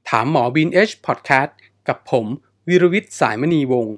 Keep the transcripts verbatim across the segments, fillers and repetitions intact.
ถามหมอบีนเอชพอดแคสต์กับผมวีรวิทย์สายมณีวงศ์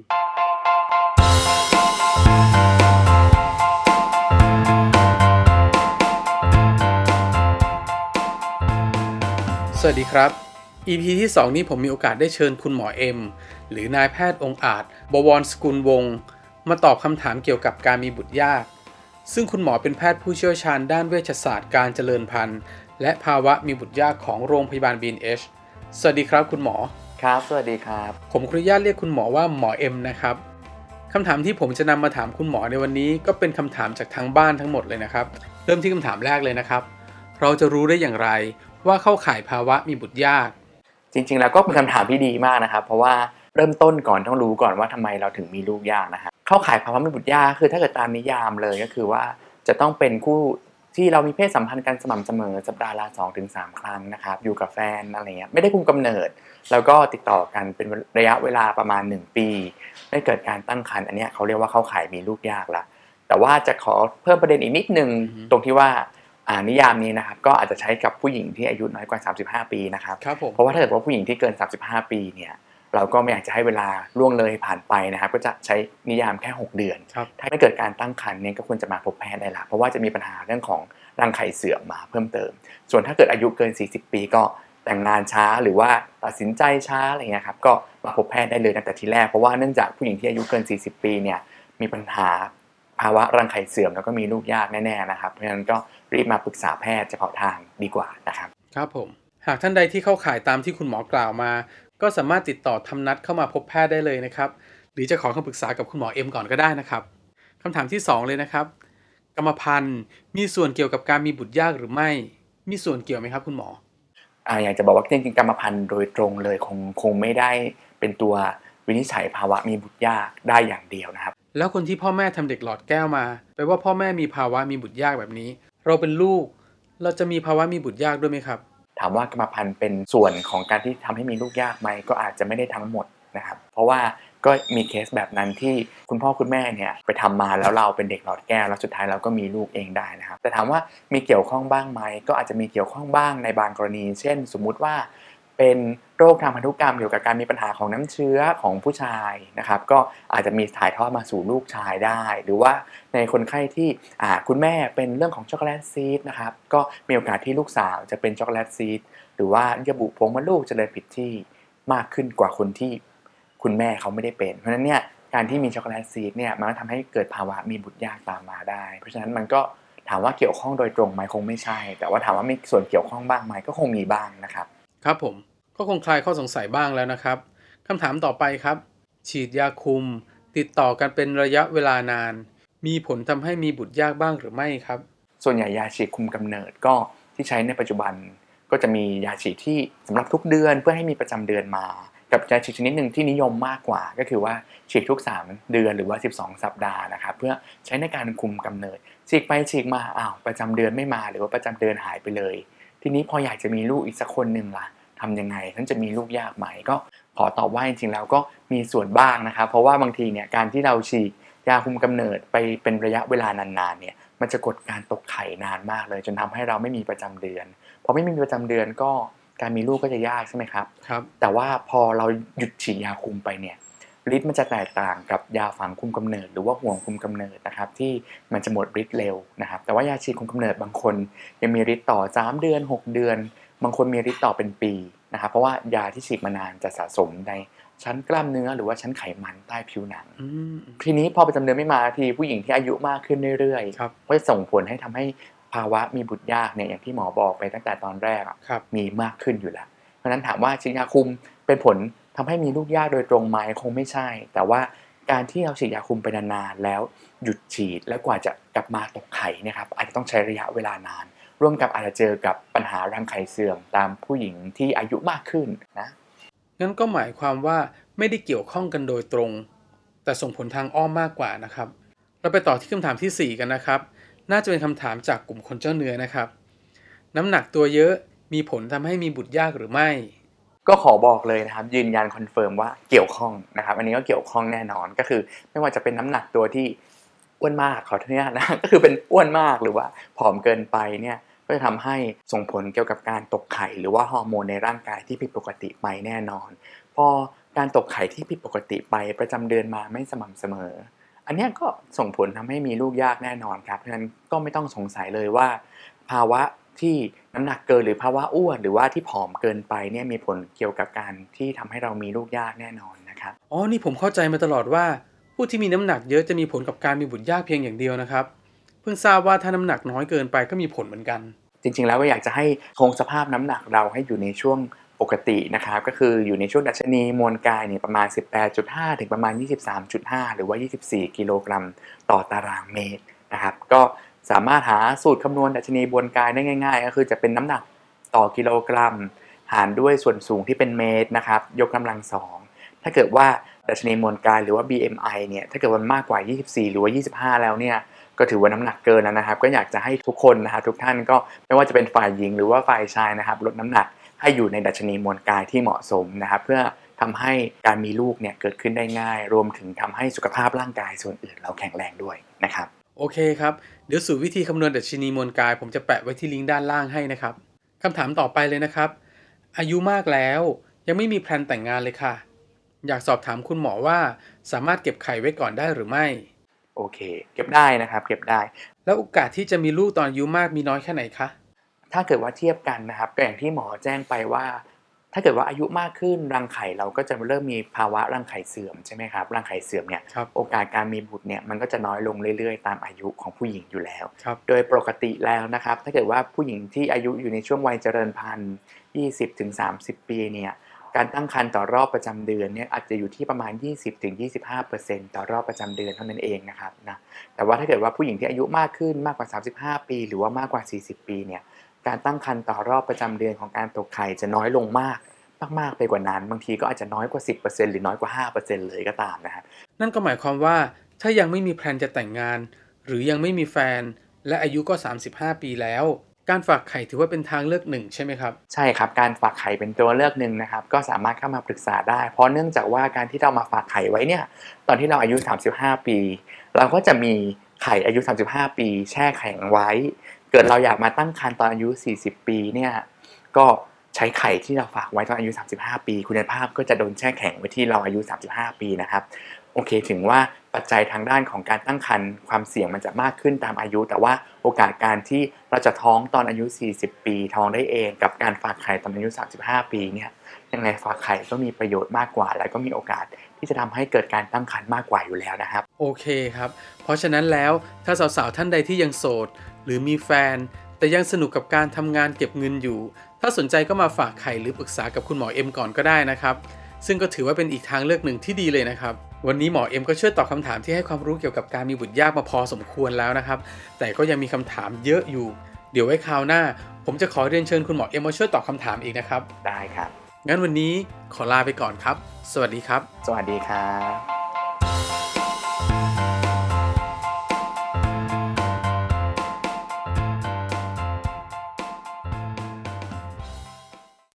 สวัสดีครับ อี พี ที่สองนี้ผมมีโอกาสได้เชิญคุณหมอเอ็มหรือนายแพทย์องค์อาจบวรสกุลวงศ์มาตอบคำถามเกี่ยวกับการมีบุตรยากซึ่งคุณหมอเป็นแพทย์ผู้เชี่ยวชาญด้านเวชศาสตร์การเจริญพันธุ์และภาวะมีบุตรยากของโรงพยาบาล บี เอ็น เอช สวัสดีครับคุณหมอครับสวัสดีครับผมขออนุญาตเรียกคุณหมอว่าหมอเอ็มนะครับคำถามที่ผมจะนำมาถามคุณหมอในวันนี้ก็เป็นคำถามจากทางบ้านทั้งหมดเลยนะครับเริ่มที่คำถามแรกเลยนะครับเราจะรู้ได้อย่างไรว่าเข้าข่ายภาวะมีบุตรยากจริงๆแล้วก็เป็นคำถามที่ดีมากนะครับเพราะว่าเริ่มต้นก่อนต้องรู้ก่อนว่าทำไมเราถึงมีลูกยากนะครับเข้าข่ายภาวะมีบุตรยากคือถ้าเกิดตามนิยามเลยก็คือว่าจะต้องเป็นคู่ที่เรามีเพศสัมพันธ์กันสม่ำเสมอสัปดาห์ละ สองถึงสาม ครั้งนะครับอยู่กับแฟนอะไรเงี้ยไม่ได้คุมกำเนิดแล้วก็ติดต่อกันเป็นระยะเวลาประมาณหนึ่งปีไม่เกิดการตั้งครรภ์อันนี้เขาเรียกว่าเข้าข่ายมีลูกยากละแต่ว่าจะขอเพิ่มประเด็นอีกนิดนึง ตรงที่ว่าอ่านิยามนี้นะครับก็อาจจะใช้กับผู้หญิงที่อายุน้อยกว่าสามสิบห้าปีนะครับเพราะว่าถ้าเกิดว่าผู้หญิงที่เกินสามสิบห้าปีเนี่ยเราก็ไม่อยากจะให้เวลาล่วงเลยผ่านไปนะครับก็จะใช้นิยามแค่หกเดือนถ้าไม่เกิดการตั้งครรภ์เนี่ยก็ควรจะมาพบแพทย์ได้ละเพราะว่าจะมีปัญหาเรื่องของรังไข่เสื่อมมาเพิ่มเติมส่วนถ้าเกิดอายุเกินสี่สิบปีก็แต่งงานช้าหรือว่าตัดสินใจช้าอะไรเงี้ยครับก็มาพบแพทย์ได้เลยตั้งแต่ทีแรกเพราะว่าเนื่องจากผู้หญิงที่อายุเกินสี่สิบปีเนี่ยมีปัญหาภาวะรังไข่เสื่อมแล้วก็มีลูกยากแน่ๆนะครับเพราะฉะนั้นก็รีบมาปรึกษาแพทย์เฉพาะทางดีกว่านะครับครับผมหากท่านใดที่เข้าข่ายตามที่คุณหมอกล่าวมาก็สามารถติดต่อทำนัดเข้ามาพบแพทย์ได้เลยนะครับหรือจะขอคำปรึกษากับคุณหมอเอ็มก่อนก็ได้นะครับคำถามที่สองเลยนะครับกรรมพันธุ์มีส่วนเกี่ยวกับการมีบุตรยากหรือไม่มีส่วนเกี่ยวไหมครับคุณหมออ่าอยากจะบอกว่าจริงๆกรรมพันธุ์โดยตรงเลยคงคงไม่ได้เป็นตัววินิจฉัยภาวะมีบุตรยากได้อย่างเดียวนะครับแล้วคนที่พ่อแม่ทำเด็กหลอดแก้วมาแปลว่าพ่อแม่มีภาวะมีบุตรยากแบบนี้เราเป็นลูกเราจะมีภาวะมีบุตรยากด้วยไหมครับถามว่ากรรมพันธุ์เป็นส่วนของการที่ทำให้มีลูกยากไหมก็อาจจะไม่ได้ทั้งหมดนะครับเพราะว่าก็มีเคสแบบนั้นที่คุณพ่อคุณแม่เนี่ยไปทำมาแล้วเราเป็นเด็กหลอดแก้วแล้วสุดท้ายเราก็มีลูกเองได้นะครับแต่ถามว่ามีเกี่ยวข้องบ้างไหมก็อาจจะมีเกี่ยวข้องบ้างในบางกรณีเช่นสมมุติว่าเป็นโรคทางพันธุกรรมเกี่ยวกับการมีปัญหาของน้ำเชื้อของผู้ชายนะครับก็อาจจะมีถ่ายทอดมาสู่ลูกชายได้หรือว่าในคนไข้ที่อ่าคุณแม่เป็นเรื่องของช็อกโกแลตซีสนะครับก็มีโอกาสที่ลูกสาวจะเป็นช็อกโกแลตซีสหรือว่าเยื่อบุโพรงมดลูกจะเลยผิดที่มากขึ้นกว่าคนที่คุณแม่เขาไม่ได้เป็นเพราะฉะนั้นเนี่ยการที่มีช็อกโกแลตซีสเนี่ยมันก็ทำให้เกิดภาวะมีบุตรยากตามมาได้เพราะฉะนั้นมันก็ถามว่าเกี่ยวข้องโดยตรงไหมคงไม่ใช่แต่ว่าถามว่ามีส่วนเกี่ยวข้องบ้างไหมก็คงมีบ้างนะครับครับผมก็คงคลายข้อสงสัยบ้างแล้วนะครับคำถามต่อไปครับฉีดยาคุมติดต่อกันเป็นระยะเวลานานมีผลทำให้มีบุตรยากบ้างหรือไม่ครับส่วนใหญ่ยาฉีดคุมกำเนิดก็ที่ใช้ในปัจจุบันก็จะมียาฉีดที่สำหรับทุกเดือนเพื่อให้มีประจำเดือนมากับยาฉีดชนิดหนึ่งที่นิยมมากกว่าก็คือว่าฉีดทุกสามเดือนหรือว่าสิบสองสัปดาห์นะครับเพื่อใช้ในการคุมกำเนิดฉีดไปฉีดมาอ้าวประจำเดือนไม่มาหรือว่าประจำเดือนหายไปเลยทีนี้พออยากจะมีลูกอีกสักคนนึงล่ะทำยังไงท่านจะมีลูกยากไหมก็ขอตอบว่าจริงๆแล้วก็มีส่วนบ้างนะครับเพราะว่าบางทีเนี่ยการที่เราฉีดยาคุมกำเนิดไปเป็นระยะเวลานานๆเนี่ยมันจะกดการตกไข่นานมากเลยจนทำให้เราไม่มีประจำเดือนพอไม่มีประจำเดือนก็การมีลูกก็จะยากใช่ไหมครับครับแต่ว่าพอเราหยุดฉีดยาคุมไปเนี่ยฤทธิ์มันจะแตกต่างกับยาฝังคุมกำเนิดหรือว่าห่วงคุมกำเนิดนะครับที่มันจะหมดฤทธิ์เร็วนะครับแต่ว่ายาฉีดคุมกำเนิดบางคนยังมีฤทธิ์ต่อสามเดือนหกเดือนบางคนมีฤทธิ์ต่อเป็นปีนะครับเพราะว่ายาที่ฉีดมานานจะสะสมในชั้นกล้ามเนื้อหรือว่าชั้นไขมันใต้ผิวหนังทีนี้พอประจำเดือนไม่มาทีผู้หญิงที่อายุมากขึ้นเรื่อยๆก็จะส่งผลให้ทำให้ภาวะมีบุตรยากเนี่ยอย่างที่หมอบอกไปตั้งแต่ตอนแรกมีมากขึ้นอยู่แล้วเพราะฉะนั้นถามว่าฉีดยาคุมเป็นผลทำให้มีลูกยากโดยตรงไหมคงไม่ใช่แต่ว่าการที่เราฉีดยาคุมไปนานๆแล้วหยุดฉีดแล้วกว่าจะกลับมาตกไข่เนี่ยครับอาจจะต้องใช้ระยะเวลานานร่วมกับอาจจะเจอกับปัญหารังไข่เสื่อมตามผู้หญิงที่อายุมากขึ้นนะงั้นก็หมายความว่าไม่ได้เกี่ยวข้องกันโดยตรงแต่ส่งผลทางอ้อมมากกว่านะครับเราไปต่อที่คำถามที่สี่กันนะครับน่าจะเป็นคำถามจากกลุ่มคนเจ้าเนื้อนะครับน้ำหนักตัวเยอะมีผลทำให้มีบุตรยากหรือไม่ก็ขอบอกเลยนะครับยืนยันคอนเฟิร์มว่าเกี่ยวข้องนะครับอันนี้ก็เกี่ยวข้องแน่นอนก็คือไม่ว่าจะเป็นน้ำหนักตัวที่อ้วนมากขอโทษนะก็คือเป็นอ้วนมากหรือว่าผอมเกินไปเนี่ยก็จะทำให้ส่งผลเกี่ยวกับการตกไข่หรือว่าฮอร์โมนในร่างกายที่ผิดปกติไปแน่นอนพอการตกไข่ที่ผิดปกติไปประจำเดือนมาไม่สม่ำเสมออันนี้ก็ส่งผลทำให้มีลูกยากแน่นอนครับเพราะฉะนั้นก็ไม่ต้องสงสัยเลยว่าภาวะที่น้ำหนักเกินหรือภาวะอ้วนหรือว่าที่ผอมเกินไปเนี่ยมีผลเกี่ยวกับการที่ทำให้เรามีลูกยากแน่นอนนะครับอ๋อนี่ผมเข้าใจมาตลอดว่าผู้ที่มีน้ำหนักเยอะจะมีผลกับการมีบุตรยากเพียงอย่างเดียวนะครับเพิ่งทราบว่าถ้าน้ำหนักน้อยเกินไปก็มีผลเหมือนกันจริงๆแล้วก็อยากจะให้คงสภาพน้ำหนักเราให้อยู่ในช่วงปกตินะครับก็คืออยู่ในช่วงดัชนีมวลกายเนี่ยประมาณ สิบแปดจุดห้า ถึงประมาณ ยี่สิบสามจุดห้า หรือว่ายี่สิบสี่กิโลกรัมต่อตารางเมตรนะครับก็สามารถหาสูตรคำนวณดัชนีมวลกายได้ง่ายๆก็คือจะเป็นน้ำหนักต่อกิโลกรัมหารด้วยส่วนสูงที่เป็นเมตรนะครับยกกำลังสองถ้าเกิดว่าดัชนีมวลกายหรือว่า บี เอ็ม ไอ เนี่ยถ้าเกิดมันมากกว่ายี่สิบสี่หรือว่ายี่สิบห้าแล้วเนี่ยก็ถือว่าน้ำหนักเกินแล้วนะครับก็อยากจะให้ทุกคนนะครับทุกท่านก็ไม่ว่าจะเป็นฝ่ายหญิงหรือว่าฝ่ายชายนะครับลดน้ำหนักให้อยู่ในดัชนีมวลกายที่เหมาะสมนะครับเพื่อทำให้การมีลูกเนี่ยเกิดขึ้นได้ง่ายรวมถึงทำให้สุขภาพร่างกายส่วนอื่นเราแข็งแรงด้วยนะครับโอเคครับเดี๋ยวสู่วิธีคำนวณดัชนีมวลกายผมจะแปะไว้ที่ลิงก์ด้านล่างให้นะครับคำถามต่อไปเลยนะครับอายุมากแล้วยังไม่มีแพลนแต่งงานเลยค่ะอยากสอบถามคุณหมอว่าสามารถเก็บไข่ไว้ก่อนได้หรือไม่โอเคเก็บได้นะครับเก็บได้แล้วโอกาสที่จะมีลูกตอนอายุมากมีน้อยแค่ไหนคะถ้าเกิดว่าเทียบกันนะครับก็อย่างที่หมอแจ้งไปว่าถ้าเกิดว่าอายุมากขึ้นรังไข่เราก็จะเริ่มมีภาวะรังไข่เสื่อมใช่ไหมครับรังไข่เสื่อมเนี่ยโอกาสการมีบุตรเนี่ยมันก็จะน้อยลงเรื่อยๆตามอายุของผู้หญิงอยู่แล้วโดยปกติแล้วนะครับถ้าเกิดว่าผู้หญิงที่อายุอยู่ในช่วงวัยเจริญพันธุ์ ยี่สิบถึงสามสิบ ปีเนี่ยการตั้งครรภ์ต่อรอบประจำเดือนเนี่ยอาจจะอยู่ที่ประมาณ ยี่สิบถึงยี่สิบห้าเปอร์เซ็นต์ ต่อรอบประจำเดือนเท่านั้นเองนะครับนะแต่ว่าถ้าเกิดว่าผู้หญิงที่อายุมากขึ้นมากกว่าสามสิบห้าปีหรือว่ามากกว่าสี่สิบปีเนี่ยการตั้งครรภ์ต่อรอบประจำเดือนของการตกไข่จะน้อยลงมากมากๆไปกว่านั้นบางทีก็อาจจะน้อยกว่า สิบเปอร์เซ็นต์ หรือน้อยกว่า ห้าเปอร์เซ็นต์ เลยก็ตามนะครับนั่นก็หมายความว่าถ้ายังไม่มีแพลนจะแต่งงานหรือยังไม่มีแฟนและอายุก็สามสิบห้าปีแล้วการฝากไข่ถือว่าเป็นทางเลือกหนึ่งใช่ไหมครับใช่ครับการฝากไข่เป็นตัวเลือกหนึ่งนะครับก็สามารถเข้ามาปรึกษาได้เพราะเนื่องจากว่าการที่เรามาฝากไข่ไว้เนี่ยตอนที่เราอายุสามสิบห้าปีเราก็จะมีไข่อายุสามสิบห้าปีแช่แข็งไว้เกิดเราอยากมาตั้งครรภ์ตอนอายุสี่สิบปีเนี่ยก็ใช้ไข่ที่เราฝากไว้ตอนอายุสามสิบห้าปีคุณภาพก็จะโดนแช่แข็งไว้ที่เราอายุสามสิบห้าปีนะครับโอเคถึงว่าปัจจัยทางด้านของการตั้งครรภ์ความเสี่ยงมันจะมากขึ้นตามอายุแต่ว่าโอกาสการที่เราจะท้องตอนอายุสี่สิบปีท้องได้เองกับการฝากไข่ตอนอายุสามสิบห้าปีเนี่ยยังไงฝากไข่ก็มีประโยชน์มากกว่าและก็มีโอกาสที่จะทำให้เกิดการตั้งครรภ์มากกว่าอยู่แล้วนะครับโอเคครับเพราะฉะนั้นแล้วถ้าสาวๆท่านใดที่ยังโสดหรือมีแฟนแต่ยังสนุกกับการทำงานเก็บเงินอยู่ถ้าสนใจก็มาฝากไข่หรือปรึกษากับคุณหมอเอ็มก่อนก็ได้นะครับซึ่งก็ถือว่าเป็นอีกทางเลือกหนึ่งที่ดีเลยนะครับวันนี้หมอเอ็มก็ช่วยตอบคำถามที่ให้ความรู้เกี่ยวกับการมีบุตรยากมาพอสมควรแล้วนะครับแต่ก็ยังมีคำถามเยอะอยู่เดี๋ยวไว้คราวหน้าผมจะขอเรียนเชิญคุณหมอเอ็มมาช่วยตอบคำถามอีกนะครับได้ครับงั้นวันนี้ขอลาไปก่อนครับสวัสดีครับสวัสดีครับ